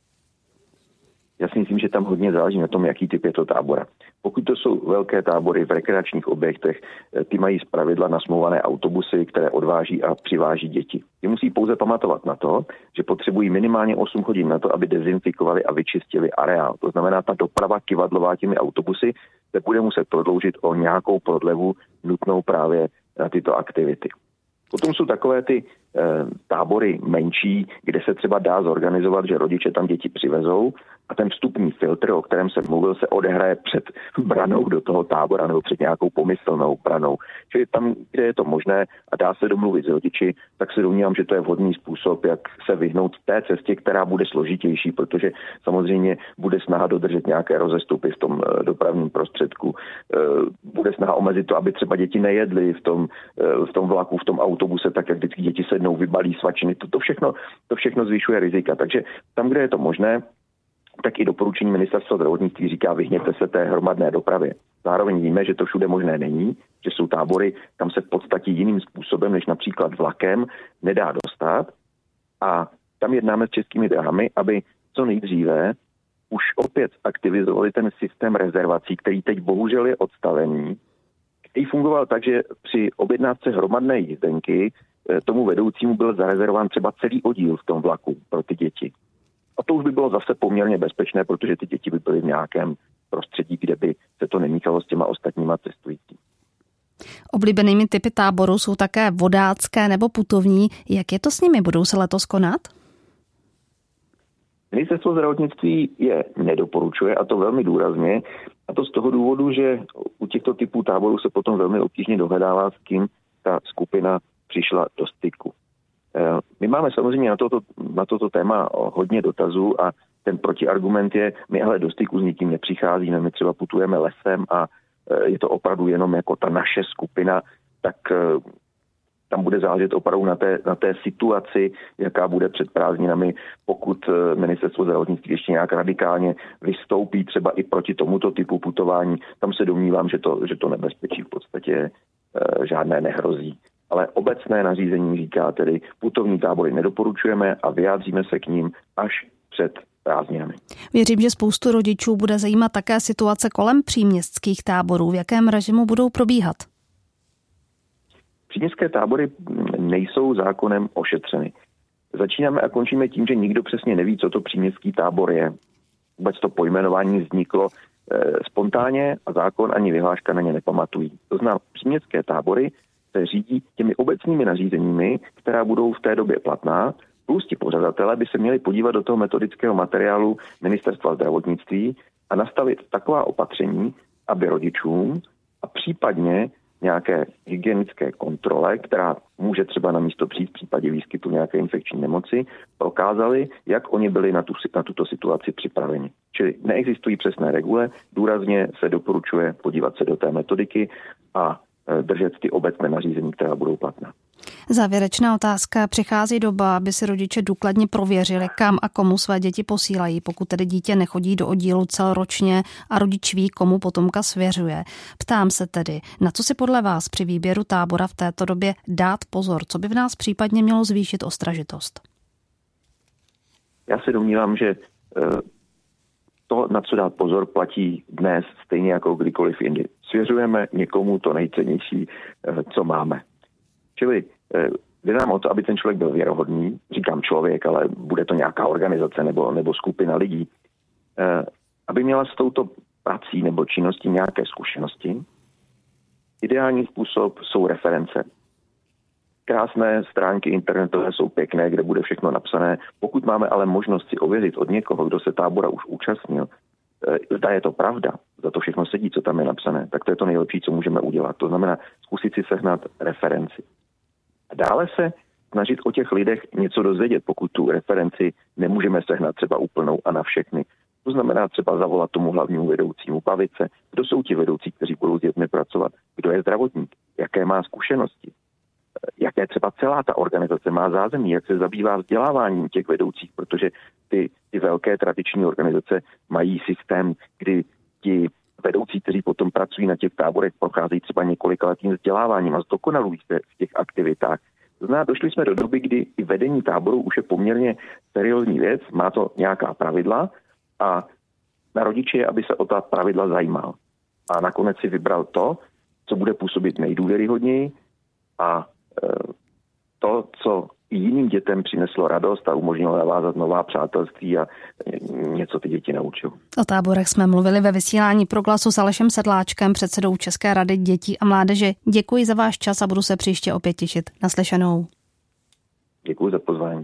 Já si myslím, že tam hodně záleží na tom, jaký typ je to tábora. Pokud to jsou velké tábory v rekreačních objektech, ty mají zpravidla nasmlouvané autobusy, které odváží a přiváží děti. Ty musí pouze pamatovat na to, že potřebují minimálně osm hodin na to, aby dezinfikovali a vyčistili areál. To znamená, ta doprava kivadlová těmi autobusy se bude muset prodloužit o nějakou prodlevu nutnou právě na tyto aktivity. Potom jsou takové ty e, tábory menší, kde se třeba dá zorganizovat, že rodiče tam děti přivezou a ten vstupní filtr, o kterém jsem mluvil, se odehraje před branou do toho tábora nebo před nějakou pomyslnou branou. Čili tam, kde je to možné a dá se domluvit s rodiči, tak se domnívám, že to je vhodný způsob, jak se vyhnout té cestě, která bude složitější, protože samozřejmě bude snaha dodržet nějaké rozestupy v tom e, dopravním prostředku. E, bude snaha omezit to, aby třeba děti nejedly v tom, e, v tom vlaku, v tom autobuse, tak jak vždycky děti sednou, vybalí svačiny. To, to, všechno, to všechno zvyšuje rizika. Takže tam, kde je to možné, tak i doporučení ministerstva zdravotnictví říká, vyhněte se té hromadné dopravě. Zároveň víme, že to všude možné není, že jsou tábory, kam se v podstatě jiným způsobem, než například vlakem, nedá dostat. A tam jednáme s Českými dráhami, aby co nejdříve už opět aktivizovali ten systém rezervací, který teď bohužel je odstavený, který fungoval tak, že při objednávce hromadné jízdenky tomu vedoucímu byl zarezervován třeba celý oddíl v tom vlaku pro ty děti. A to už by bylo zase poměrně bezpečné, protože ty děti by byly v nějakém prostředí, kde by se to nemíchalo s těma ostatníma cestujícími. Oblíbenými typy táborů jsou také vodácké nebo putovní. Jak je to s nimi? Budou se letos konat? Ministerstvo zdravotnictví je nedoporučuje, a to velmi důrazně, a to z toho důvodu, že u těchto typů táborů se potom velmi obtížně dohledává, s kým ta skupina přišla do styku. My máme samozřejmě na toto, na toto téma hodně dotazů a ten protiargument je, my ale do styku s nikým nepřicházíme, my třeba putujeme lesem a je to opravdu jenom jako ta naše skupina, tak tam bude záležet opravdu na té, na té situaci, jaká bude před prázdninami, pokud ministerstvo zdravotnictví ještě nějak radikálně vystoupí třeba i proti tomuto typu putování. Tam se domnívám, že to, že to nebezpečí v podstatě e, žádné nehrozí. Ale obecné nařízení říká tedy, putovní tábory nedoporučujeme a vyjádříme se k ním až před prázdninami. Věřím, že spoustu rodičů bude zajímat také situace kolem příměstských táborů. V jakém režimu budou probíhat? Příměstské tábory nejsou zákonem ošetřeny. Začínáme a končíme tím, že nikdo přesně neví, co to příměstský tábor je. Vůbec to pojmenování vzniklo e, spontánně a zákon ani vyhláška na ně nepamatují. To znamená, příměstské tábory se řídí těmi obecnými nařízeními, která budou v té době platná, plus ti pořadatelé by se měli podívat do toho metodického materiálu ministerstva zdravotnictví a nastavit taková opatření, aby rodičům a případně nějaké hygienické kontrole, která může třeba na místo přijít v případě výskytu nějaké infekční nemoci, prokázali, jak oni byli na, tu, na tuto situaci připraveni. Čili neexistují přesné regule, důrazně se doporučuje podívat se do té metodiky a držet ty obecné nařízení, která budou platná. Závěrečná otázka. Přichází doba, aby si rodiče důkladně prověřili, kam a komu své děti posílají, pokud tedy dítě nechodí do oddílu celoročně a rodič ví, komu potomka svěřuje. Ptám se tedy, na co si podle vás při výběru tábora v této době dát pozor, co by v nás případně mělo zvýšit ostražitost? Já se domnívám, že to, na co dát pozor, platí dnes stejně jako kdykoliv jindy. Svěřujeme někomu to nejcennější, co máme. Čili jde nám o to, aby ten člověk byl věrohodný, říkám člověk, ale bude to nějaká organizace nebo, nebo skupina lidí, aby měla s touto prací nebo činností nějaké zkušenosti. Ideální způsob jsou reference. Krásné stránky internetové jsou pěkné, kde bude všechno napsané. Pokud máme ale možnost si ověřit od někoho, kdo se tábora už účastnil, zda je to pravda, za to všechno sedí, co tam je napsané, tak to je to nejlepší, co můžeme udělat. To znamená zkusit si sehnat referenci. A dále se snažit o těch lidech něco dozvědět, pokud tu referenci nemůžeme sehnat třeba úplnou a na všechny. To znamená třeba zavolat tomu hlavnímu vedoucímu, bavit se, kdo jsou ti vedoucí, kteří budou s dětmi pracovat, kdo je zdravotník, jaké má zkušenosti, jaké třeba celá ta organizace má zázemí, jak se zabývá vzděláváním těch vedoucích, protože ty, ty velké tradiční organizace mají systém, kdy ti vedoucí, kteří potom pracují na těch táborech, procházejí třeba několikaletým vzděláváním a zdokonalují se v těch aktivitách. To znamená, došli jsme do doby, kdy i vedení táboru už je poměrně seriózní věc, má to nějaká pravidla a na rodiči je, aby se o ta pravidla zajímal. A nakonec si vybral to, co bude působit nejdůvěryhodněji a to, co jiným dětem přineslo radost a umožnilo navázat nová přátelství a něco ty děti naučilo. O táborech jsme mluvili ve vysílání Proglasu s Alešem Sedláčkem, předsedou České rady dětí a mládeže. Děkuji za váš čas a budu se příště opět těšit. Naslyšenou. Děkuji za pozvání.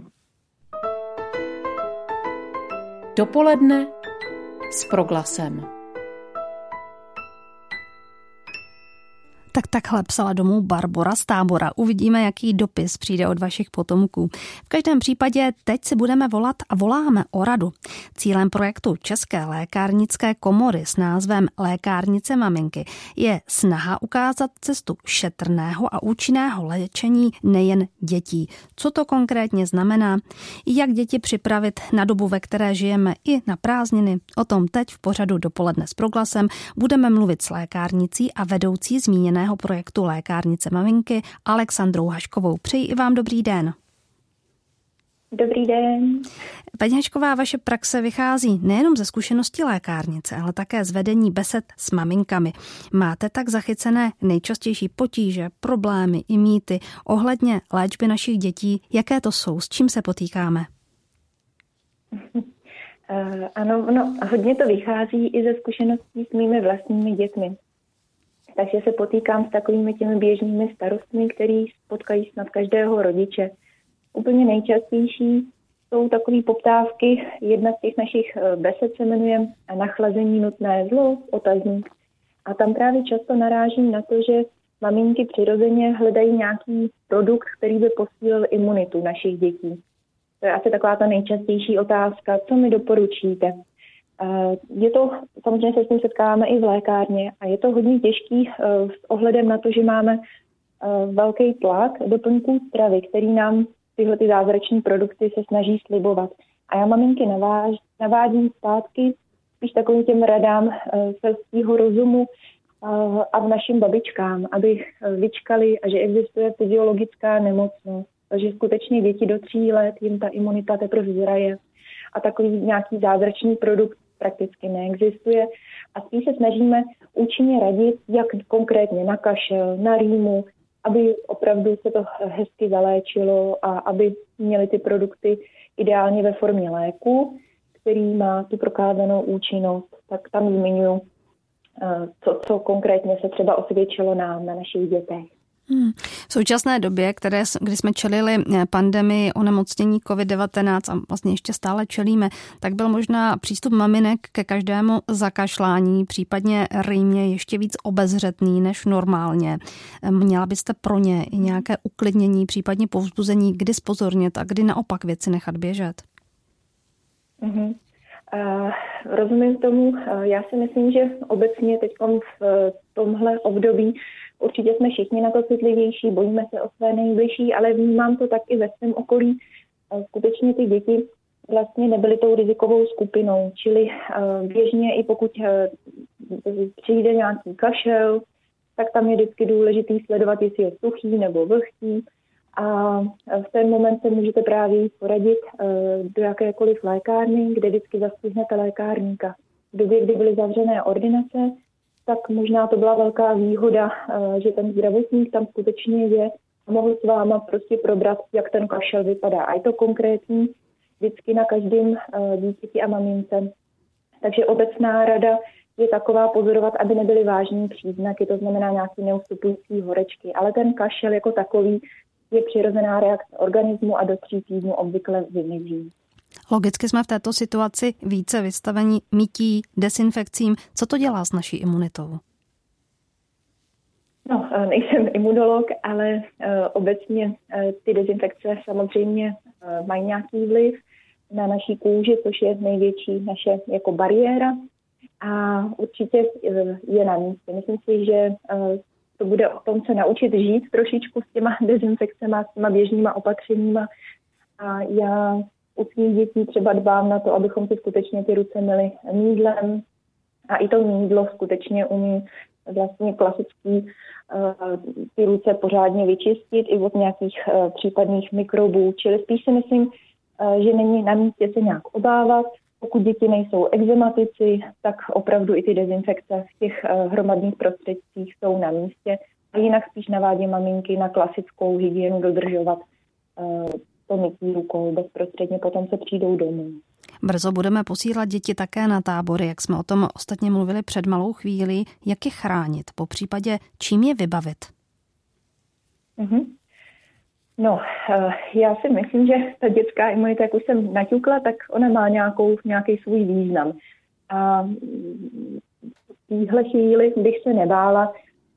Dopoledne s Proglasem. Tak takhle psala domů Barbora z Tábora. Uvidíme, jaký dopis přijde od vašich potomků. V každém případě teď si budeme volat a voláme o radu. Cílem projektu České lékárnické komory s názvem Lékárnice maminky je snaha ukázat cestu šetrného a účinného léčení nejen dětí. Co to konkrétně znamená? Jak děti připravit na dobu, ve které žijeme, i na prázdniny? O tom teď v pořadu Dopoledne s Proglasem budeme mluvit s lékárnicí a vedoucí zmíněného projektu Lékárnice maminky Alexandrou Haškovou. Přeji i vám dobrý den. Dobrý den. Paní Hašková, vaše praxe vychází nejenom ze zkušenosti lékárnice, ale také z vedení besed s maminkami. Máte tak zachycené nejčastější potíže, problémy i mýty ohledně léčby našich dětí? Jaké to jsou? S čím se potýkáme? Uh, ano, no, hodně to vychází i ze zkušeností s mými vlastními dětmi. Takže se potýkám s takovými těmi běžnými starostmi, který potkají snad každého rodiče. Úplně nejčastější jsou takové poptávky. Jedna z těch našich besed se jmenuje Nachlazení nutné zlo, otazník. A tam právě často narážím na to, že maminky přirozeně hledají nějaký produkt, který by posílil imunitu našich dětí. To je asi taková ta nejčastější otázka, co mi doporučíte. Je to, samozřejmě se s tím setkáváme i v lékárně a je to hodně těžký s ohledem na to, že máme velký tlak doplňků stravy, který nám tyhle ty zázrační produkty se snaží slibovat. A já maminky naváž, navádím zpátky spíš takovým těm radám selského rozumu a v našim babičkám, aby vyčkali a že existuje fyziologická nemocnost. Takže skutečně děti do tří let jim ta imunita teprve zraje a takový nějaký zázračný produkt prakticky neexistuje. A spíš se snažíme účinně radit, jak konkrétně na kašel, na rýmu, aby opravdu se to hezky zaléčilo a aby měly ty produkty ideálně ve formě léku, který má tu prokázanou účinnost. Tak tam zmiňuji, co, co konkrétně se třeba osvědčilo nám na našich dětech. Hmm. V současné době, které, kdy jsme čelili pandemii onemocnění covid devatenáct a vlastně ještě stále čelíme, tak byl možná přístup maminek ke každému zakašlání, případně rýmě ještě víc obezřetný než normálně. Měla byste pro ně i nějaké uklidnění, případně povzbuzení, kdy zpozornět a kdy naopak věci nechat běžet? Mm-hmm. Uh, rozumím tomu. Uh, já si myslím, že obecně teď v tomhle období určitě jsme všichni na to citlivější, bojíme se o své nejbližší, ale vnímám to tak i ve svém okolí. Skutečně ty děti vlastně nebyly tou rizikovou skupinou, čili běžně i pokud přijde nějaký kašel, tak tam je vždycky důležitý sledovat, jestli je suchý nebo vlhký. A v ten moment se můžete právě poradit do jakékoliv lékárny, kde vždycky zastihnete lékárníka. V době, kdy byly zavřené ordinace, tak možná to byla velká výhoda, že ten zdravotník tam skutečně je a mohl s váma prostě probrat, jak ten kašel vypadá. A je to konkrétní vždycky na každém dítěti a mamince. Takže obecná rada je taková pozorovat, aby nebyly vážné příznaky, to znamená nějaké neustupující horečky. Ale ten kašel jako takový je přirozená reakce organismu a do tří týdnů obvykle vymizí. Logicky jsme v této situaci více vystaveni mytí, dezinfekcím. Co to dělá s naší imunitou? No, nejsem imunolog, ale uh, obecně uh, ty dezinfekce samozřejmě uh, mají nějaký vliv na naší kůži, což je největší naše jako bariéra a určitě uh, je na místě. Myslím si, že uh, to bude o tom se naučit žít trošičku s těma dezinfekcemi, s těma běžnýma opatřeníma a já u svých dětí třeba dbám na to, abychom si skutečně ty ruce myli mýdlem a i to mýdlo skutečně umí vlastně klasický uh, ty ruce pořádně vyčistit i od nějakých uh, případných mikrobů. Čili spíš si myslím, uh, že není na místě se nějak obávat. Pokud děti nejsou exematici, tak opravdu i ty dezinfekce v těch uh, hromadných prostředcích jsou na místě. A jinak spíš navádím maminky na klasickou hygienu dodržovat uh, to mytí rukou bezprostředně potom, co přijdou domů. Brzo budeme posílat děti také na tábory, jak jsme o tom ostatně mluvili před malou chvílí. Jak je chránit? Po případě čím je vybavit? Mm-hmm. No, já si myslím, že ta dětská imunita, jak už jsem naťukla, tak ona má nějakou, nějaký svůj význam. A v téhle chvíli bych se nebála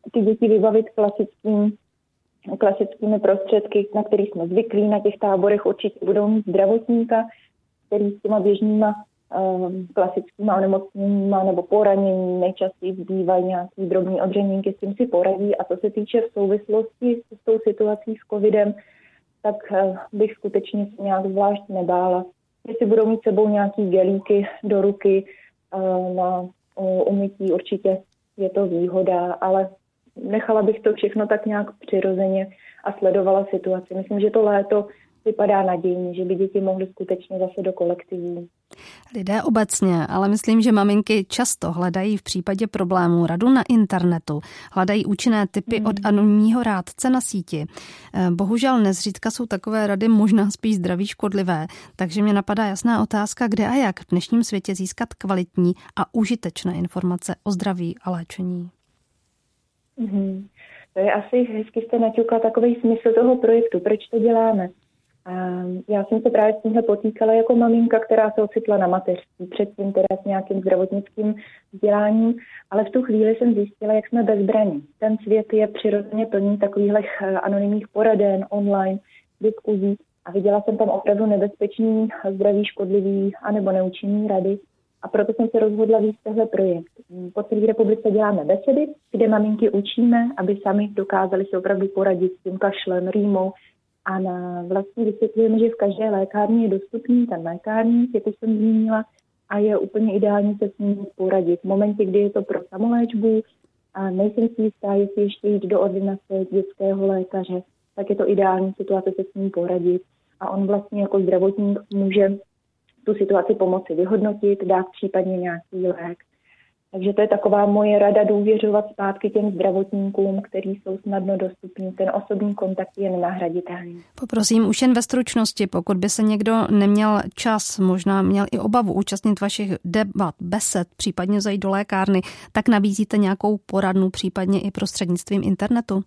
ty děti vybavit klasickým, klasickými prostředky, na kterých jsme zvyklí. Na těch táborech určitě budou mít zdravotníka, který s těma běžnýma klasickýma onemocněníma nebo poranění nejčastěji zbývají nějaký drobný odřeninky, s tím si poradí. A co se týče v souvislosti s tou situací s covidem, tak bych skutečně se nějak zvlášť nebála. Jestli budou mít sebou nějaký gelíky do ruky na umytí, určitě je to výhoda, ale nechala bych to všechno tak nějak přirozeně a sledovala situaci. Myslím, že to léto vypadá nadějně, že by děti mohly skutečně zase do kolektivů. Lidé obecně, ale myslím, že maminky často hledají v případě problémů radu na internetu, hledají účinné tipy hmm. od anonymního rádce na síti. Bohužel nezřídka jsou takové rady možná spíš zdraví škodlivé, takže mě napadá jasná otázka, kde a jak v dnešním světě získat kvalitní a užitečné informace o zdraví a léčení. Hmm. To je asi hezky jste naťukla takový smysl toho projektu, proč to děláme. Já jsem se právě s tímhle potýkala jako maminka, která se ocitla na mateřství, předtím teda s nějakým zdravotnickým vzděláním, ale v tu chvíli jsem zjistila, jak jsme bezbraní. Ten svět je přirozeně plný takových anonymních poraden, online, diskuzí a viděla jsem tam opravdu nebezpečný, zdraví škodlivý anebo neúčinný rady. A proto jsem se rozhodla víc tenhle projekt. Po celé republice děláme besedy, kde maminky učíme, aby sami dokázali se opravdu poradit s tím kašlem, rýmou. A na vlastně vysvětlujeme, že v každé lékárně je dostupný ten lékárník, jak už jsem zmínila, a je úplně ideální se s ním poradit. V momentě, kdy je to pro samoléčbu a nejsem si jistá, jestli ještě jít do ordinace dětského lékaře, tak je to ideální situace se s ním poradit. A on vlastně jako zdravotník může tu situaci pomoci vyhodnotit, dát případně nějaký lék. Takže to je taková moje rada, důvěřovat zpátky těm zdravotníkům, kteří jsou snadno dostupní. Ten osobní kontakt je nenahraditelný. Poprosím už jen ve stručnosti, pokud by se někdo neměl čas, možná měl i obavu účastnit vašich debat, besed, případně zajít do lékárny, tak nabízíte nějakou poradnu, případně i prostřednictvím internetu?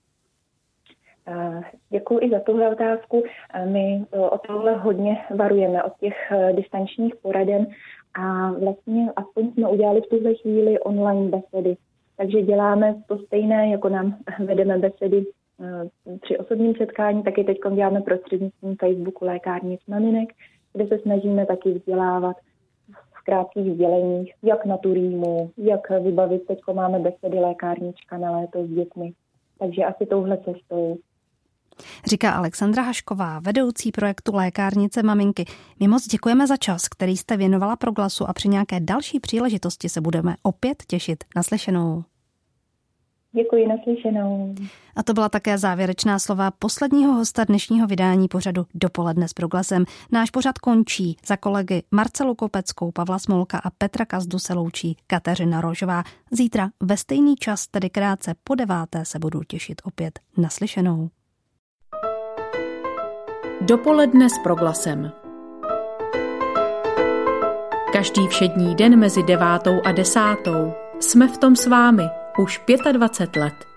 Děkuji i za tuhle otázku. My o tohle hodně varujeme, od těch distančních poraden. A vlastně aspoň jsme udělali v tuhle chvíli online besedy. Takže děláme to stejné, jako nám vedeme besedy při osobním setkání, taky teď děláme prostřednictvím Facebooku Lékárnic maminek, kde se snažíme taky vzdělávat v krátkých sděleních, jak na tu rýmu, jak vybavit. Teď máme besedy Lékárnička na léto s dětmi. Takže asi touhle cestou. Říká Alexandra Hašková, vedoucí projektu Lékárnice maminky. My moc děkujeme za čas, který jste věnovala Proglasu a při nějaké další příležitosti se budeme opět těšit. Naslyšenou. Děkuji, naslyšenou. A to byla také závěrečná slova posledního hosta dnešního vydání pořadu Dopoledne s Proglasem. Náš pořad končí. Za kolegy Marcelu Kopeckou, Pavla Smolka a Petra Kazdu se loučí Kateřina Rožová. Zítra ve stejný čas, tedy krátce po deváté, se budu těšit opět. Naslyšenou. Dopoledne s Proglasem. Každý všední den mezi devátou a desátou jsme v tom s vámi už dvacet pět let.